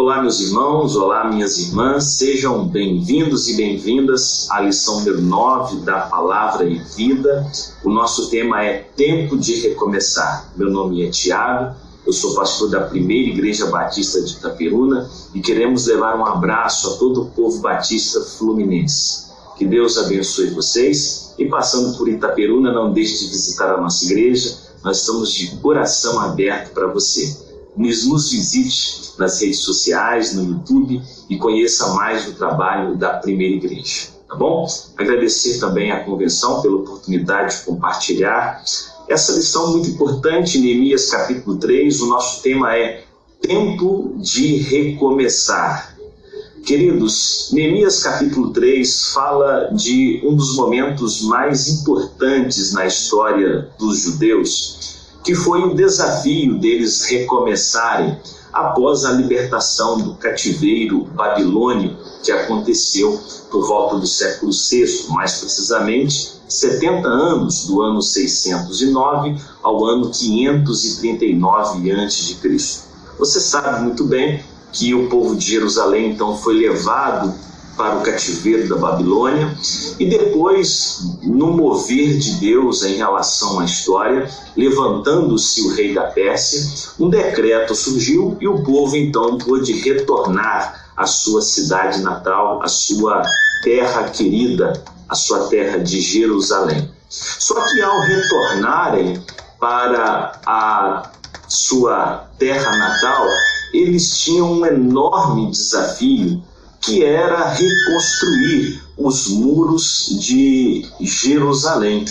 Olá, meus irmãos, olá, minhas irmãs, sejam bem-vindos e bem-vindas à lição número 9 da Palavra e Vida. O nosso tema é Tempo de Recomeçar. Meu nome é Tiago, eu sou pastor da Primeira Igreja Batista de Itaperuna e queremos levar um abraço a todo o povo batista fluminense. Que Deus abençoe vocês e, passando por Itaperuna, não deixe de visitar a nossa igreja. Nós estamos de coração aberto para você. Nos visite nas redes sociais, no YouTube e conheça mais do trabalho da Primeira Igreja, tá bom? Agradecer também à convenção pela oportunidade de compartilhar essa lição muito importante, Neemias capítulo 3. O nosso tema é Tempo de Recomeçar. Queridos, Neemias capítulo 3 fala de um dos momentos mais importantes na história dos judeus, que foi o desafio deles recomeçarem após a libertação do cativeiro babilônio, que aconteceu por volta do século VI, mais precisamente 70 anos, do ano 609 ao ano 539 a.C. Você sabe muito bem que o povo de Jerusalém então foi levado para o cativeiro da Babilônia e depois, no mover de Deus em relação à história, levantando-se o rei da Pérsia, um decreto surgiu e o povo então pôde retornar à sua cidade natal, à sua terra querida, à sua terra de Jerusalém. Só que ao retornarem para a sua terra natal, eles tinham um enorme desafio, que era reconstruir os muros de Jerusalém.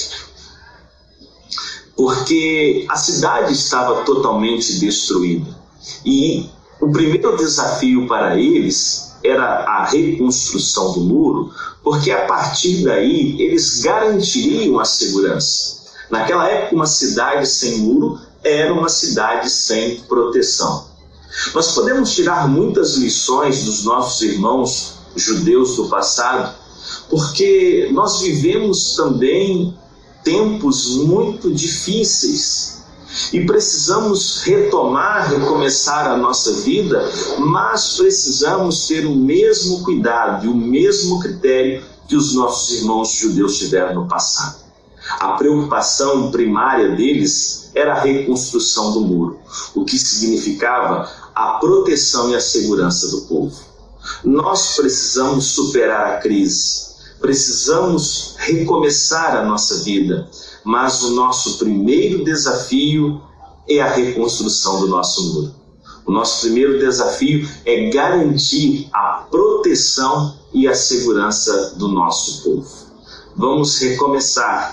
Porque a cidade estava totalmente destruída. E o primeiro desafio para eles era a reconstrução do muro, porque a partir daí eles garantiriam a segurança. Naquela época, uma cidade sem muro era uma cidade sem proteção. Nós podemos tirar muitas lições dos nossos irmãos judeus do passado, porque nós vivemos também tempos muito difíceis e precisamos retomar, recomeçar a nossa vida, mas precisamos ter o mesmo cuidado e o mesmo critério que os nossos irmãos judeus tiveram no passado. A preocupação primária deles era a reconstrução do muro, o que significava a proteção e a segurança do povo. Nós precisamos superar a crise, precisamos recomeçar a nossa vida, mas o nosso primeiro desafio é a reconstrução do nosso muro. O nosso primeiro desafio é garantir a proteção e a segurança do nosso povo. Vamos recomeçar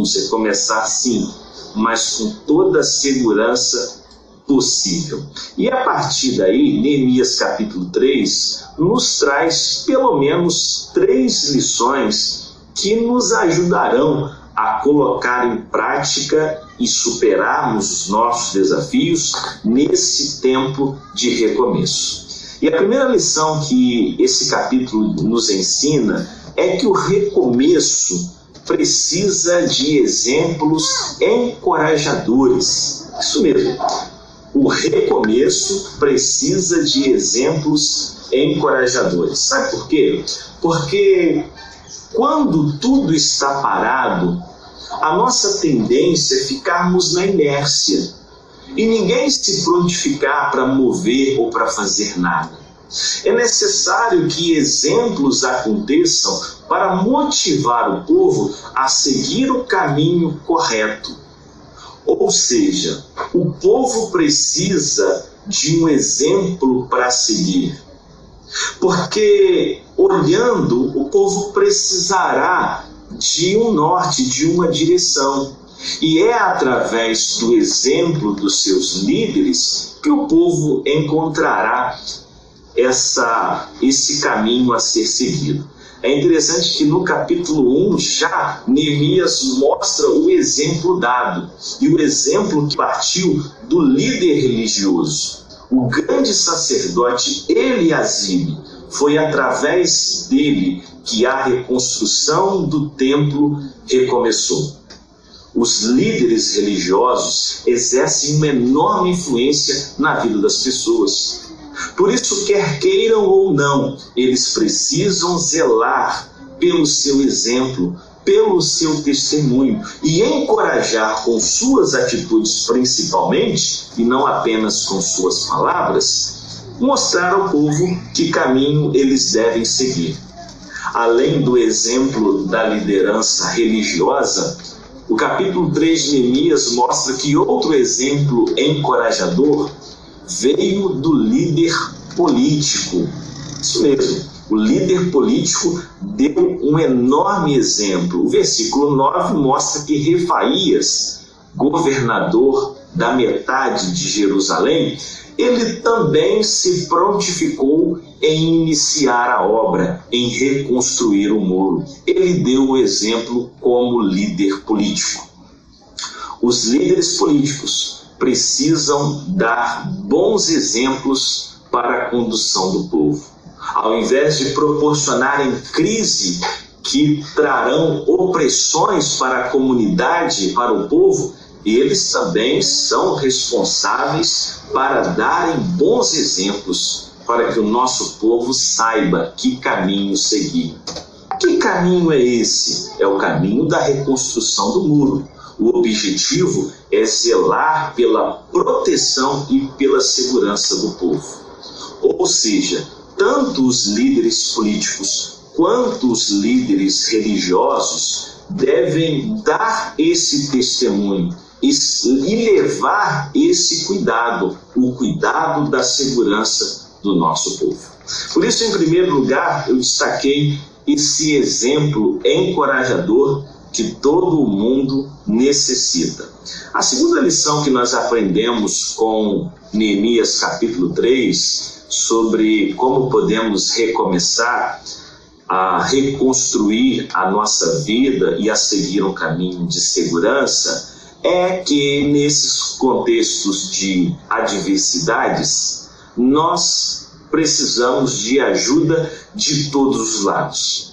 sim, mas com toda a segurança possível. E a partir daí, Neemias capítulo 3 nos traz pelo menos 3 lições que nos ajudarão a colocar em prática e superarmos os nossos desafios nesse tempo de recomeço. E a primeira lição que esse capítulo nos ensina é que o recomeço precisa de exemplos encorajadores. Isso mesmo. O recomeço precisa de exemplos encorajadores. Sabe por quê? Porque quando tudo está parado, a nossa tendência é ficarmos na inércia e ninguém se prontificar para mover ou para fazer nada. É necessário que exemplos aconteçam para motivar o povo a seguir o caminho correto. Ou seja, o povo precisa de um exemplo para seguir. Porque, olhando, o povo precisará de um norte, de uma direção. E é através do exemplo dos seus líderes que o povo encontrará esse caminho a ser seguido. É interessante que no capítulo 1 já Neemias mostra o exemplo dado, e o exemplo que partiu do líder religioso. O grande sacerdote Eliasibe, foi através dele que a reconstrução do templo recomeçou. Os líderes religiosos exercem uma enorme influência na vida das pessoas. Por isso, quer queiram ou não, eles precisam zelar pelo seu exemplo, pelo seu testemunho e encorajar com suas atitudes principalmente, e não apenas com suas palavras, mostrar ao povo que caminho eles devem seguir. Além do exemplo da liderança religiosa, o capítulo 3 de Neemias mostra que outro exemplo encorajador veio do líder político. Isso mesmo. O líder político deu um enorme exemplo. O versículo 9 mostra que Refaías, governador da metade de Jerusalém, ele também se prontificou em iniciar a obra, em reconstruir o muro. Ele deu o exemplo como líder político. Os líderes políticos precisam dar bons exemplos para a condução do povo. Ao invés de proporcionarem crise que trarão opressões para a comunidade, para o povo, eles também são responsáveis para darem bons exemplos para que o nosso povo saiba que caminho seguir. Que caminho é esse? É o caminho da reconstrução do muro. O objetivo é zelar pela proteção e pela segurança do povo. Ou seja, tanto os líderes políticos quanto os líderes religiosos devem dar esse testemunho e levar esse cuidado, o cuidado da segurança do nosso povo. Por isso, em primeiro lugar, eu destaquei esse exemplo encorajador que todo mundo necessita. A segunda lição que nós aprendemos com Neemias capítulo 3, sobre como podemos recomeçar a reconstruir a nossa vida e a seguir um caminho de segurança, é que nesses contextos de adversidades, nós precisamos de ajuda de todos os lados.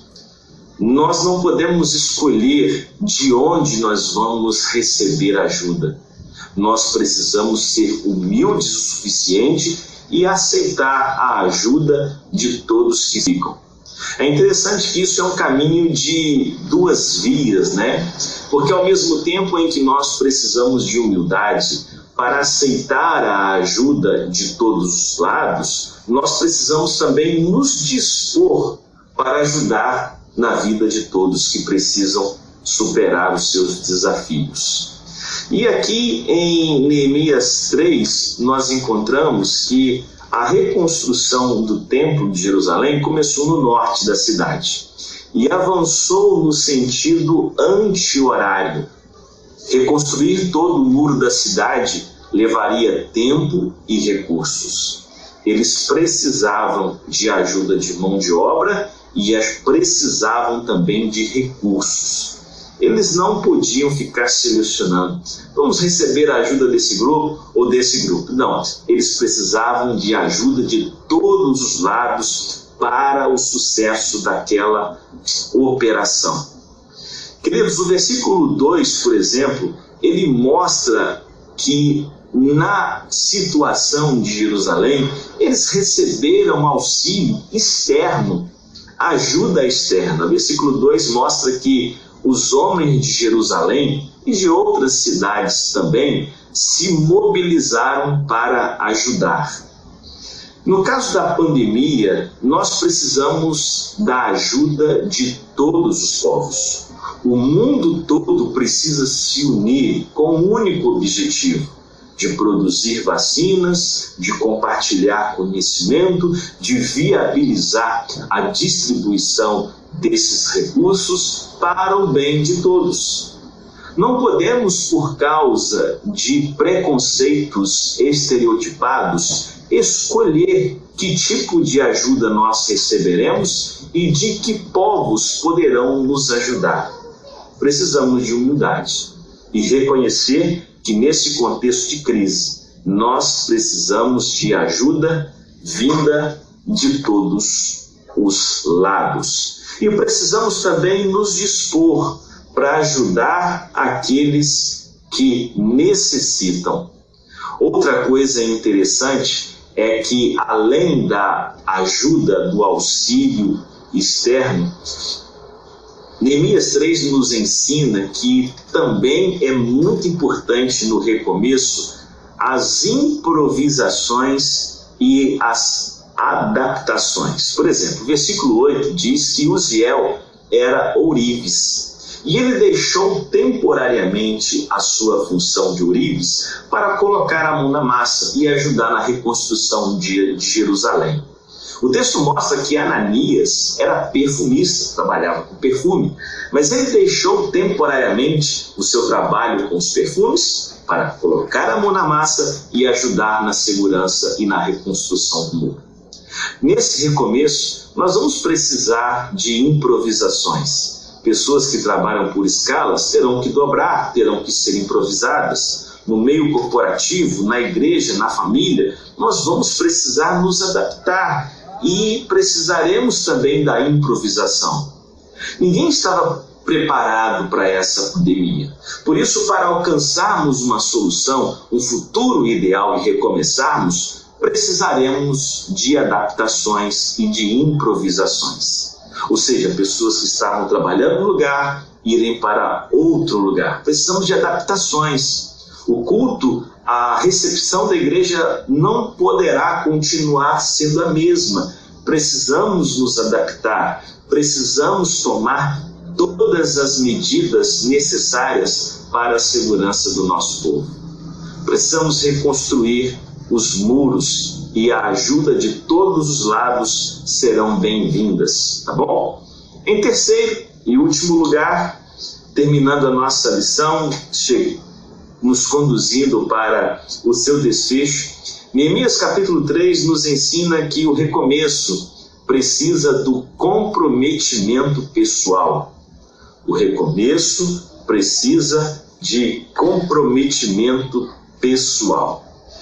Nós não podemos escolher de onde nós vamos receber ajuda. Nós precisamos ser humildes o suficiente e aceitar a ajuda de todos que ficam. É interessante que isso é um caminho de duas vias, né? Porque ao mesmo tempo em que nós precisamos de humildade para aceitar a ajuda de todos os lados, nós precisamos também nos dispor para ajudar na vida de todos que precisam superar os seus desafios. E aqui em Neemias 3, nós encontramos que a reconstrução do Templo de Jerusalém começou no norte da cidade e avançou no sentido anti-horário. Reconstruir todo o muro da cidade levaria tempo e recursos. Eles precisavam de ajuda de mão de obra e precisavam também de recursos. Eles não podiam ficar selecionando. Vamos receber a ajuda desse grupo ou desse grupo. Não, eles precisavam de ajuda de todos os lados para o sucesso daquela operação. Queridos, o versículo 2, por exemplo, ele mostra que na situação de Jerusalém, eles receberam auxílio externo, ajuda externa. O versículo 2 mostra que os homens de Jerusalém e de outras cidades também se mobilizaram para ajudar. No caso da pandemia, nós precisamos da ajuda de todos os povos. O mundo todo precisa se unir com um único objetivo: de produzir vacinas, de compartilhar conhecimento, de viabilizar a distribuição desses recursos para o bem de todos. Não podemos, por causa de preconceitos estereotipados, escolher que tipo de ajuda nós receberemos e de que povos poderão nos ajudar. Precisamos de humildade e reconhecer que nesse contexto de crise, nós precisamos de ajuda vinda de todos os lados. E precisamos também nos dispor para ajudar aqueles que necessitam. Outra coisa interessante é que, além da ajuda do auxílio externo, Neemias 3 nos ensina que também é muito importante no recomeço as improvisações e as adaptações. Por exemplo, o versículo 8 diz que Uziel era ourives, e ele deixou temporariamente a sua função de ourives para colocar a mão na massa e ajudar na reconstrução de Jerusalém. O texto mostra que Ananias era perfumista, trabalhava com perfume, mas ele deixou temporariamente o seu trabalho com os perfumes para colocar a mão na massa e ajudar na segurança e na reconstrução do muro. Nesse recomeço, nós vamos precisar de improvisações. Pessoas que trabalham por escalas terão que dobrar, terão que ser improvisadas. No meio corporativo, na igreja, na família, nós vamos precisar nos adaptar e precisaremos também da improvisação. Ninguém estava preparado para essa pandemia. Por isso, para alcançarmos uma solução, um futuro ideal e recomeçarmos, precisaremos de adaptações e de improvisações. Ou seja, pessoas que estavam trabalhando no lugar irem para outro lugar. Precisamos de adaptações. O culto, a recepção da igreja não poderá continuar sendo a mesma. Precisamos nos adaptar, precisamos tomar todas as medidas necessárias para a segurança do nosso povo. Precisamos reconstruir os muros e a ajuda de todos os lados serão bem-vindas, tá bom? Em terceiro e último lugar, terminando a nossa lição, nos conduzindo para o seu desfecho, Neemias capítulo 3 nos ensina que o recomeço precisa do comprometimento pessoal. O recomeço precisa de comprometimento pessoal.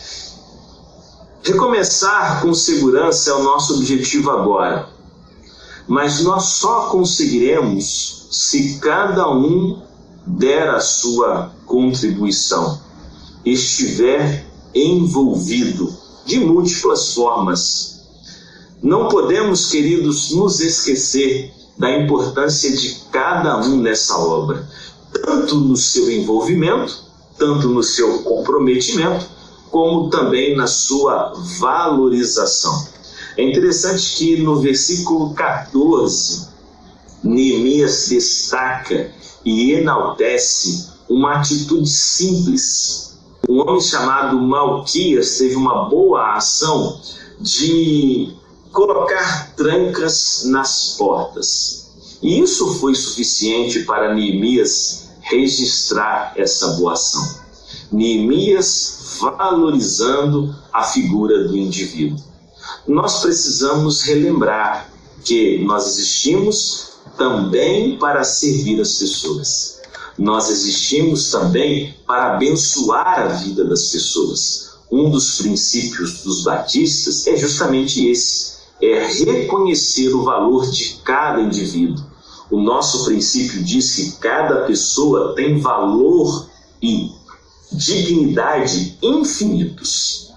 Recomeçar com segurança é o nosso objetivo agora, mas nós só conseguiremos se cada um der a sua contribuição, estiver envolvido de múltiplas formas. Não podemos, queridos, nos esquecer da importância de cada um nessa obra, tanto no seu envolvimento, tanto no seu comprometimento, como também na sua valorização. É interessante que no versículo 14, Neemias destaca e enaltece uma atitude simples. Um homem chamado Malquias teve uma boa ação de colocar trancas nas portas. E isso foi suficiente para Neemias registrar essa boa ação. Neemias valorizando a figura do indivíduo. Nós precisamos relembrar que nós existimos também para servir as pessoas. Nós existimos também para abençoar a vida das pessoas. Um dos princípios dos batistas é justamente esse, é reconhecer o valor de cada indivíduo. O nosso princípio diz que cada pessoa tem valor e dignidade infinitos.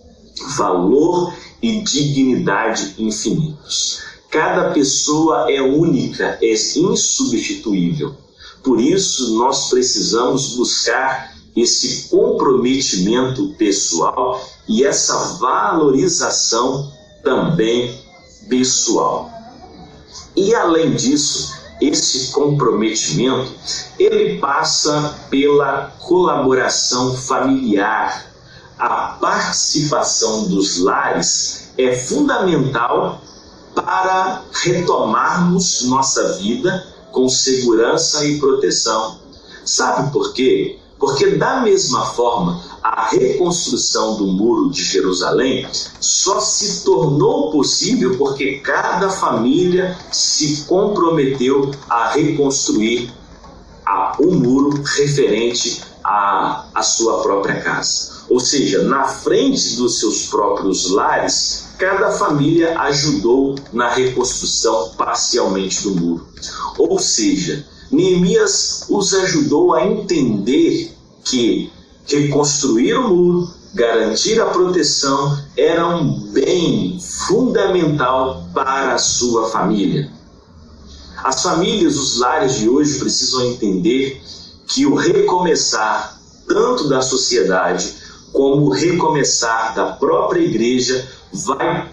Valor e dignidade infinitos. Cada pessoa é única, é insubstituível. Por isso, nós precisamos buscar esse comprometimento pessoal e essa valorização também pessoal. E, além disso, esse comprometimento, ele passa pela colaboração familiar. A participação dos lares é fundamental para retomarmos nossa vida com segurança e proteção. Sabe por quê? Porque da mesma forma, a reconstrução do Muro de Jerusalém só se tornou possível porque cada família se comprometeu a reconstruir o muro referente à sua própria casa. Ou seja, na frente dos seus próprios lares, cada família ajudou na reconstrução parcialmente do muro. Ou seja, Neemias os ajudou a entender que reconstruir o muro garantir a proteção era um bem fundamental para a sua família. As famílias, os lares de hoje precisam entender que o recomeçar tanto da sociedade como o recomeçar da própria igreja vai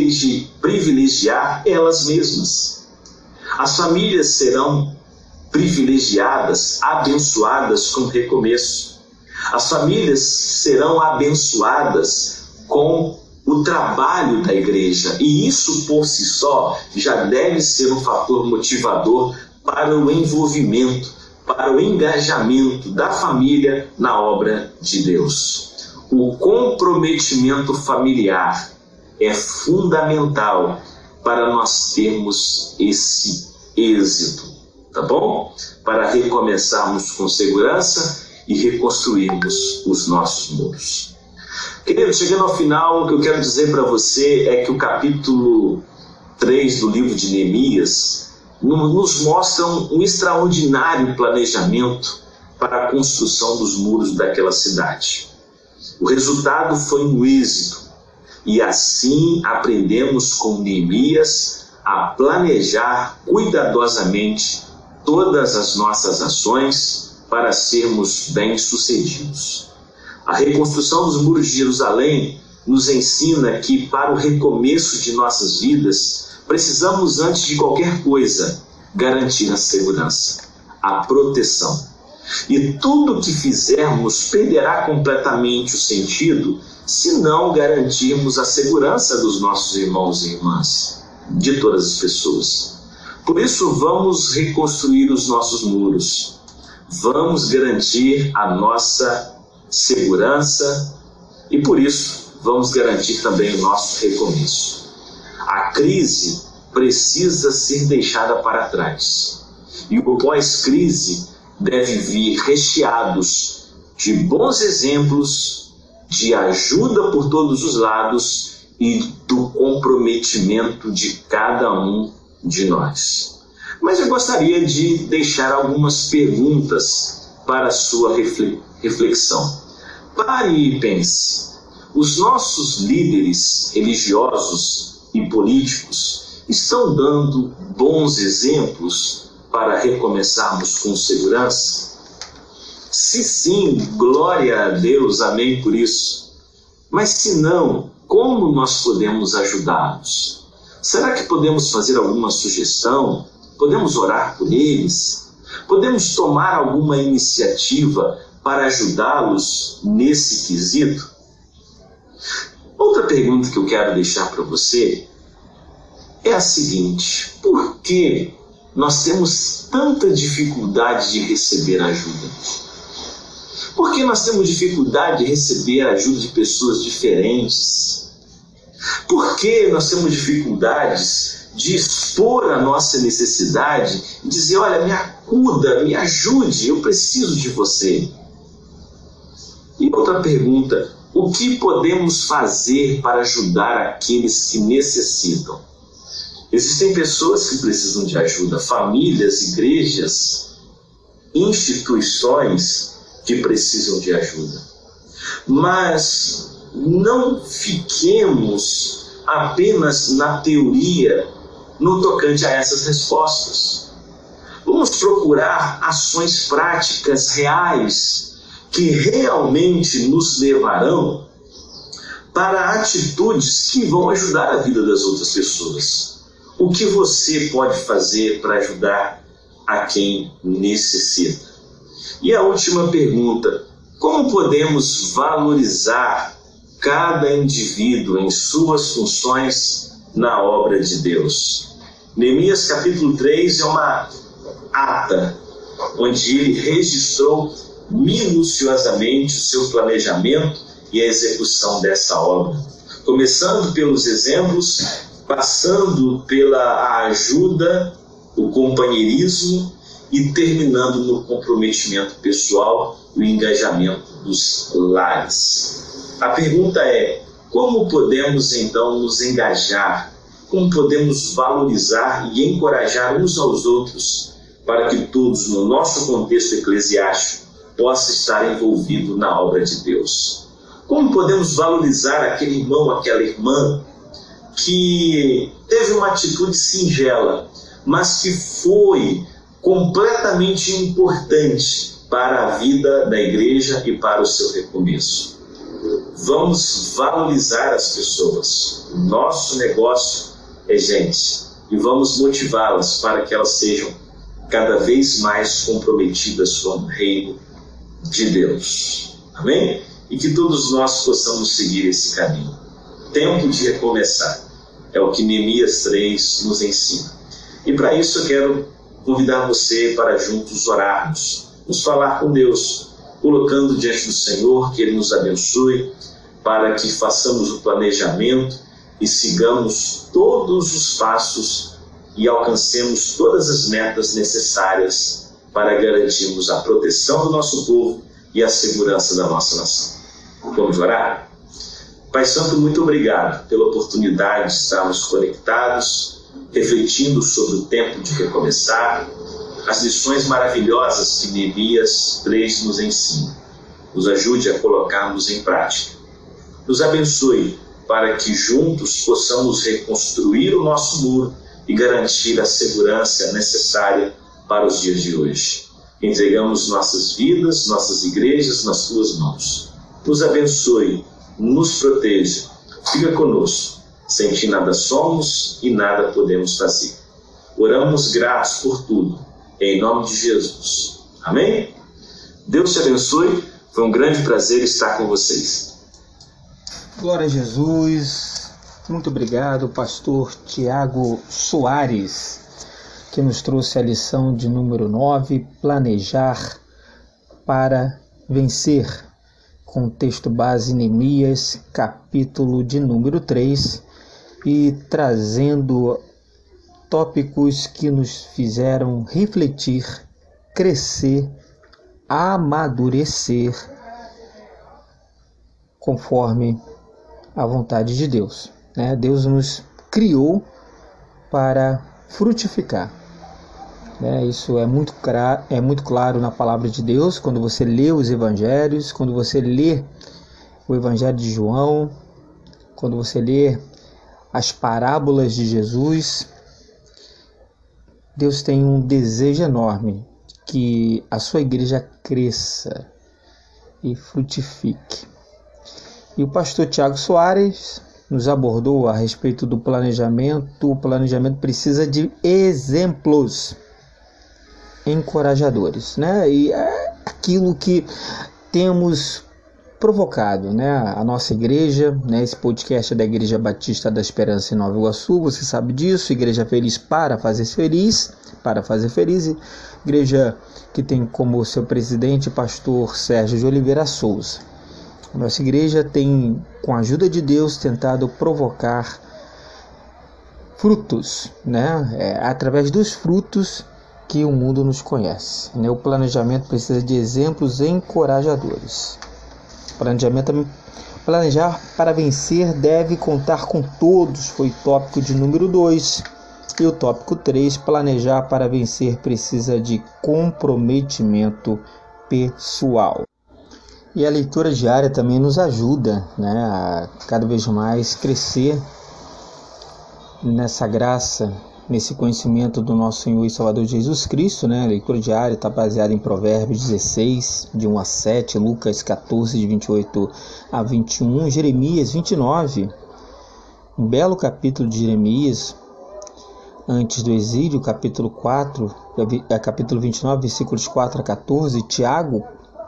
privilegiar elas mesmas. As famílias serão privilegiadas, abençoadas com recomeço. As famílias serão abençoadas com o trabalho da igreja. E isso por si só já deve ser um fator motivador para o envolvimento, para o engajamento da família na obra de Deus. O comprometimento familiar é fundamental para nós termos esse êxito, tá bom? Para recomeçarmos com segurança e reconstruirmos os nossos muros. Querido, chegando ao final, o que eu quero dizer para você é que o capítulo 3 do livro de Neemias nos mostra um extraordinário planejamento para a construção dos muros daquela cidade. O resultado foi um êxito, e assim aprendemos com Neemias a planejar cuidadosamente todas as nossas ações para sermos bem-sucedidos. A reconstrução dos muros de Jerusalém nos ensina que para o recomeço de nossas vidas, precisamos, antes de qualquer coisa, garantir a segurança, a proteção. E tudo que fizermos perderá completamente o sentido se não garantirmos a segurança dos nossos irmãos e irmãs, de todas as pessoas. Por isso, vamos reconstruir os nossos muros. Vamos garantir a nossa segurança e, por isso, vamos garantir também o nosso recomeço. A crise precisa ser deixada para trás. E o pós-crise deve vir recheados de bons exemplos, de ajuda por todos os lados e do comprometimento de cada um de nós. Mas eu gostaria de deixar algumas perguntas para a sua reflexão. Pare e pense. Os nossos líderes religiosos e políticos estão dando bons exemplos para recomeçarmos com segurança? Se sim, glória a Deus, amém por isso. Mas se não, como nós podemos ajudá-los? Será que podemos fazer alguma sugestão? Podemos orar por eles? Podemos tomar alguma iniciativa para ajudá-los nesse quesito? Outra pergunta que eu quero deixar para você é a seguinte: por que nós temos tanta dificuldade de receber ajuda? Por que nós temos dificuldade de receber a ajuda de pessoas diferentes? Por que nós temos dificuldades de expor a nossa necessidade e dizer: olha, me acuda, me ajude, eu preciso de você? E outra pergunta: o que podemos fazer para ajudar aqueles que necessitam? Existem pessoas que precisam de ajuda, famílias, igrejas, instituições que precisam de ajuda. Mas não fiquemos apenas na teoria no tocante a essas respostas. Vamos procurar ações práticas reais que realmente nos levarão para atitudes que vão ajudar a vida das outras pessoas. O que você pode fazer para ajudar a quem necessita? E a última pergunta: como podemos valorizar cada indivíduo em suas funções na obra de Deus? Neemias capítulo 3 é uma ata onde ele registrou minuciosamente o seu planejamento e a execução dessa obra, começando pelos exemplos, passando pela ajuda, o companheirismo e terminando no comprometimento pessoal e o engajamento dos lares. A pergunta é: como podemos então nos engajar? Como podemos valorizar e encorajar uns aos outros para que todos, no nosso contexto eclesiástico, possam estar envolvidos na obra de Deus? Como podemos valorizar aquele irmão, aquela irmã que teve uma atitude singela, mas que foi completamente importante para a vida da igreja e para o seu recomeço? Vamos valorizar as pessoas. O nosso negócio é gente. E vamos motivá-las para que elas sejam cada vez mais comprometidas com o reino de Deus. Amém? E que todos nós possamos seguir esse caminho. Tempo de recomeçar. É o que Neemias 3 nos ensina. E para isso eu quero convidar você para juntos orarmos. Nos falar com Deus, colocando diante do Senhor que Ele nos abençoe, para que façamos o planejamento e sigamos todos os passos e alcancemos todas as metas necessárias para garantirmos a proteção do nosso povo e a segurança da nossa nação. Vamos orar? Pai Santo, muito obrigado pela oportunidade de estarmos conectados, refletindo sobre o tempo de recomeçar, as lições maravilhosas que Neemias 3 nos ensina. Nos ajude a colocarmos em prática. Nos abençoe para que juntos possamos reconstruir o nosso muro e garantir a segurança necessária para os dias de hoje. Entregamos nossas vidas, nossas igrejas nas tuas mãos. Nos abençoe, nos proteja, fica conosco. Sem ti nada somos e nada podemos fazer. Oramos gratos por tudo, em nome de Jesus. Amém? Deus te abençoe, foi um grande prazer estar com vocês. Glória a Jesus. Muito obrigado, pastor Tiago Soares, que nos trouxe a lição de número 9, Planejar para Vencer, com texto base Neemias, capítulo de número 3, e trazendo tópicos que nos fizeram refletir, crescer, amadurecer, conforme a vontade de Deus. Deus nos criou para frutificar. Isso é muito claro na palavra de Deus, quando você lê os evangelhos, quando você lê o evangelho de João, quando você lê as parábolas de Jesus. Deus tem um desejo enorme que a sua igreja cresça e frutifique. E o pastor Tiago Soares nos abordou a respeito do planejamento. O planejamento precisa de exemplos encorajadores, E é aquilo que temos provocado, a nossa igreja, esse podcast é da Igreja Batista da Esperança em Nova Iguaçu, você sabe disso, Igreja Feliz para fazer feliz, igreja que tem como seu presidente pastor Sérgio de Oliveira Souza. A nossa igreja tem, com a ajuda de Deus, tentado provocar frutos, através dos frutos que o mundo nos conhece. O planejamento precisa de exemplos encorajadores. Planejar para vencer deve contar com todos, foi tópico de número 2. E o tópico 3, planejar para vencer precisa de comprometimento pessoal. E a leitura diária também nos ajuda, a cada vez mais crescer nessa graça, nesse conhecimento do nosso Senhor e Salvador Jesus Cristo. A leitura diária está baseada em Provérbios 16, de 1 a 7, Lucas 14, de 28 a 21, Jeremias 29, um belo capítulo de Jeremias, antes do exílio, capítulo 4, capítulo 29, versículos 4 a 14, Tiago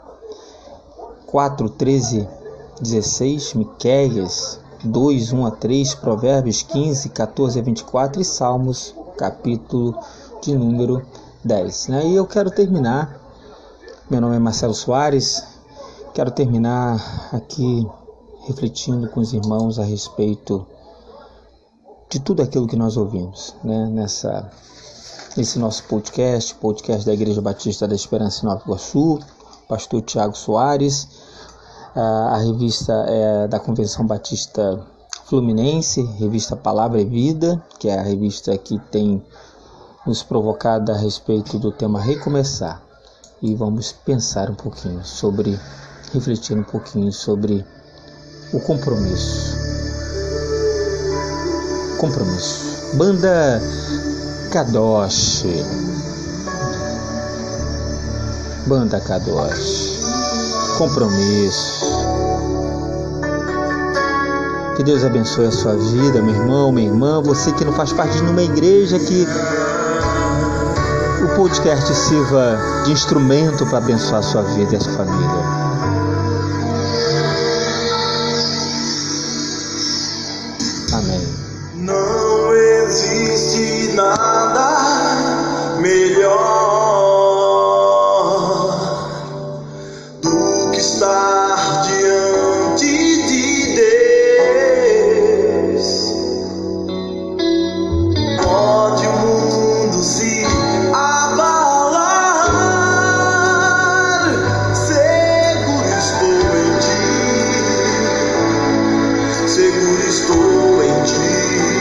4, 13, 16, Miqueias 2, 1 a 3, Provérbios 15, 14 a 24 e Salmos, capítulo de número 10. E eu quero terminar, meu nome é Marcelo Soares, quero terminar aqui refletindo com os irmãos a respeito de tudo aquilo que nós ouvimos, nesse nosso podcast da Igreja Batista da Esperança em Nova Iguaçu, pastor Tiago Soares. A revista é da Convenção Batista Fluminense, revista Palavra e Vida, que é a revista que tem nos provocado a respeito do tema recomeçar. E vamos pensar um pouquinho refletir um pouquinho sobre o compromisso. Compromisso. Banda Kadosh. Banda Kadosh. Compromisso. Que Deus abençoe a sua vida, meu irmão, minha irmã. Você que não faz parte de nenhuma igreja, que o podcast sirva de instrumento para abençoar a sua vida e a sua família. Amém. Não existe nada melhor do que estar diante de Deus. Pode o mundo se abalar, seguro estou em ti, seguro estou em ti.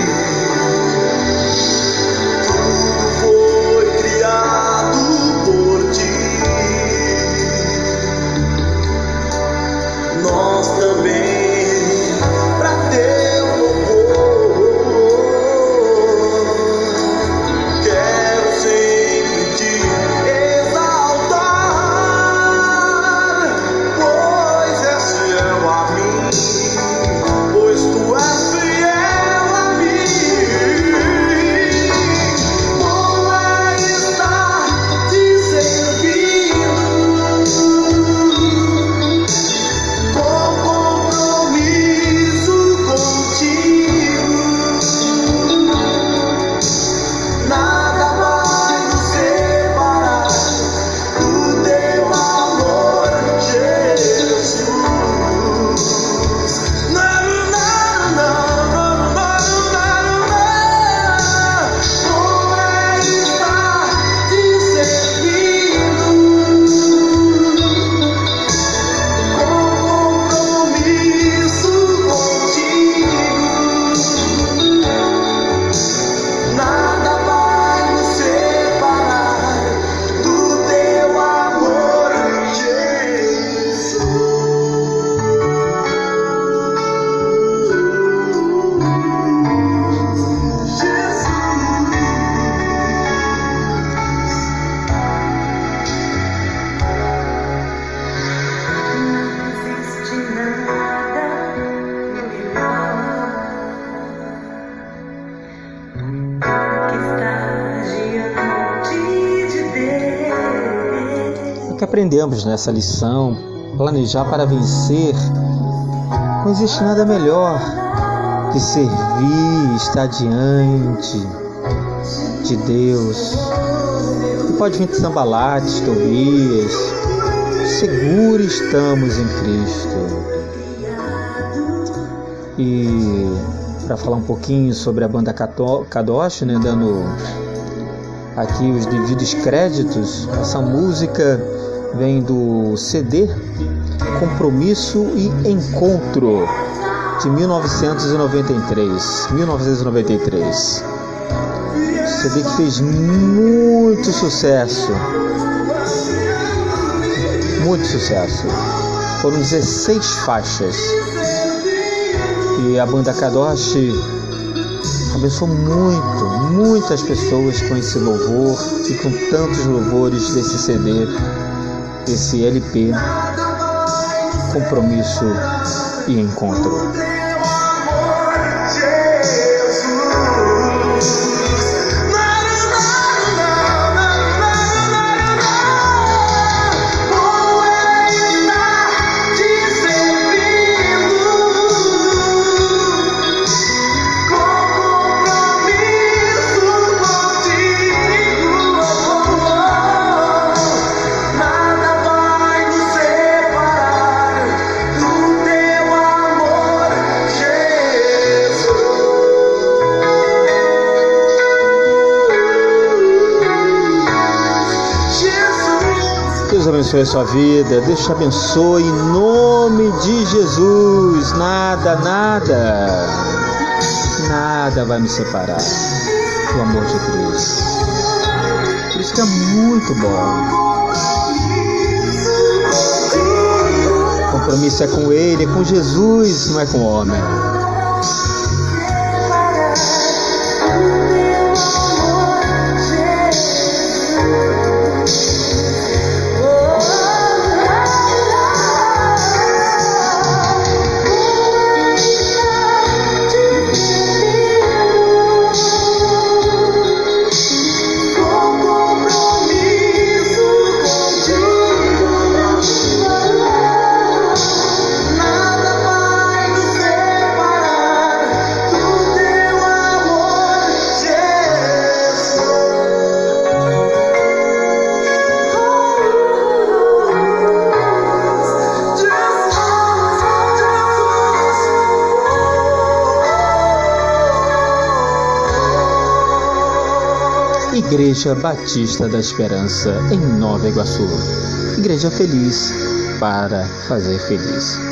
Que aprendemos nessa lição, planejar para vencer. Não existe nada melhor que servir, estar diante de Deus. E pode vir Sambalate, Tobias, seguro estamos em Cristo. E para falar um pouquinho sobre a banda Kadosh, né, dando aqui os devidos créditos, essa música vem do CD Compromisso e Encontro de 1993. CD que fez muito sucesso. Foram 16 faixas. E a banda Kadosh abençoou muitas pessoas com esse louvor e com tantos louvores desse CD, desse LP, Compromisso e Encontro. Deus abençoe a sua vida, Deus te abençoe em nome de Jesus. Nada vai me separar do amor de Cristo. Por isso que é muito bom. compromisso é com Ele, é com Jesus, não é com o homem. Igreja Batista da Esperança, em Nova Iguaçu. Igreja feliz para fazer feliz.